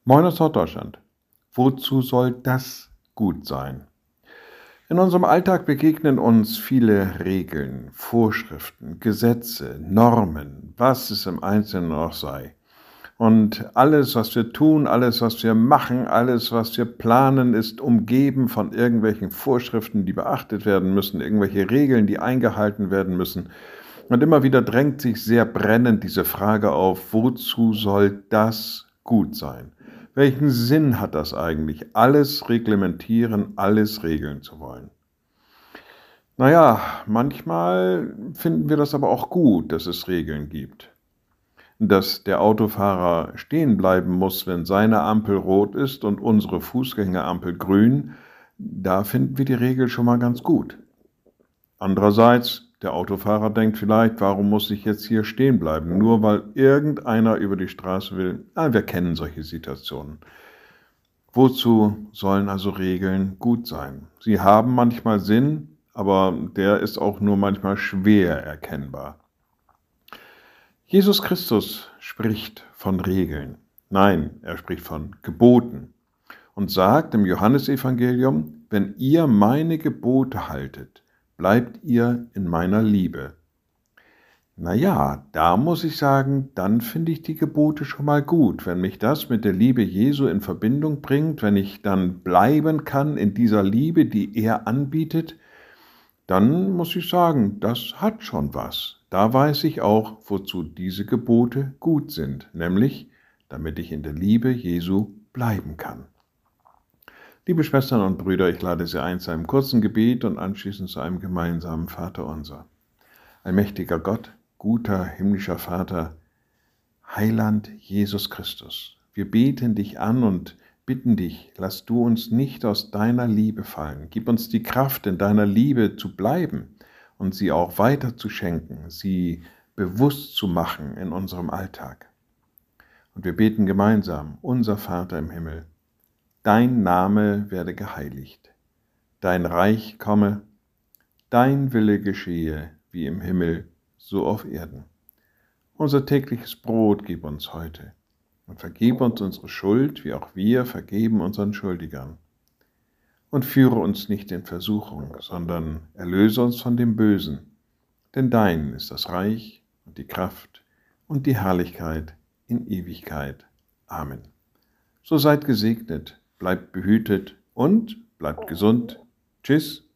Moin aus Norddeutschland. Wozu soll das gut sein? In unserem Alltag begegnen uns viele Regeln, Vorschriften, Gesetze, Normen, was es im Einzelnen auch sei. Und alles, was wir tun, alles, was wir machen, alles, was wir planen, ist umgeben von irgendwelchen Vorschriften, die beachtet werden müssen, irgendwelche Regeln, die eingehalten werden müssen. Und immer wieder drängt sich sehr brennend diese Frage auf, wozu soll das gut sein? Welchen Sinn hat das eigentlich, alles reglementieren, alles regeln zu wollen? Naja, manchmal finden wir das aber auch gut, dass es Regeln gibt. Dass der Autofahrer stehen bleiben muss, wenn seine Ampel rot ist und unsere Fußgängerampel grün, da finden wir die Regel schon mal ganz gut. Andererseits, der Autofahrer denkt vielleicht, warum muss ich jetzt hier stehen bleiben, nur weil irgendeiner über die Straße will. Wir kennen solche Situationen. Wozu sollen also Regeln gut sein? Sie haben manchmal Sinn, aber der ist auch nur manchmal schwer erkennbar. Jesus Christus spricht von Regeln. Nein, er spricht von Geboten und sagt im Johannesevangelium, wenn ihr meine Gebote haltet, bleibt ihr in meiner Liebe. Naja, da muss ich sagen, dann finde ich die Gebote schon mal gut. Wenn mich das mit der Liebe Jesu in Verbindung bringt, wenn ich dann bleiben kann in dieser Liebe, die er anbietet, dann muss ich sagen, das hat schon was. Da weiß ich auch, wozu diese Gebote gut sind, nämlich damit ich in der Liebe Jesu bleiben kann. Liebe Schwestern und Brüder, ich lade Sie ein zu einem kurzen Gebet und anschließend zu einem gemeinsamen Vaterunser. Allmächtiger Gott, guter himmlischer Vater, Heiland Jesus Christus, wir beten dich an und bitten dich, lass du uns nicht aus deiner Liebe fallen. Gib uns die Kraft, in deiner Liebe zu bleiben und sie auch weiter zu schenken, sie bewusst zu machen in unserem Alltag. Und wir beten gemeinsam, unser Vater im Himmel, dein Name werde geheiligt, dein Reich komme, dein Wille geschehe, wie im Himmel, so auf Erden. Unser tägliches Brot gib uns heute und vergib uns unsere Schuld, wie auch wir vergeben unseren Schuldigern. Und führe uns nicht in Versuchung, sondern erlöse uns von dem Bösen. Denn dein ist das Reich und die Kraft und die Herrlichkeit in Ewigkeit. Amen. So seid gesegnet, bleibt behütet und bleibt gesund. Tschüss.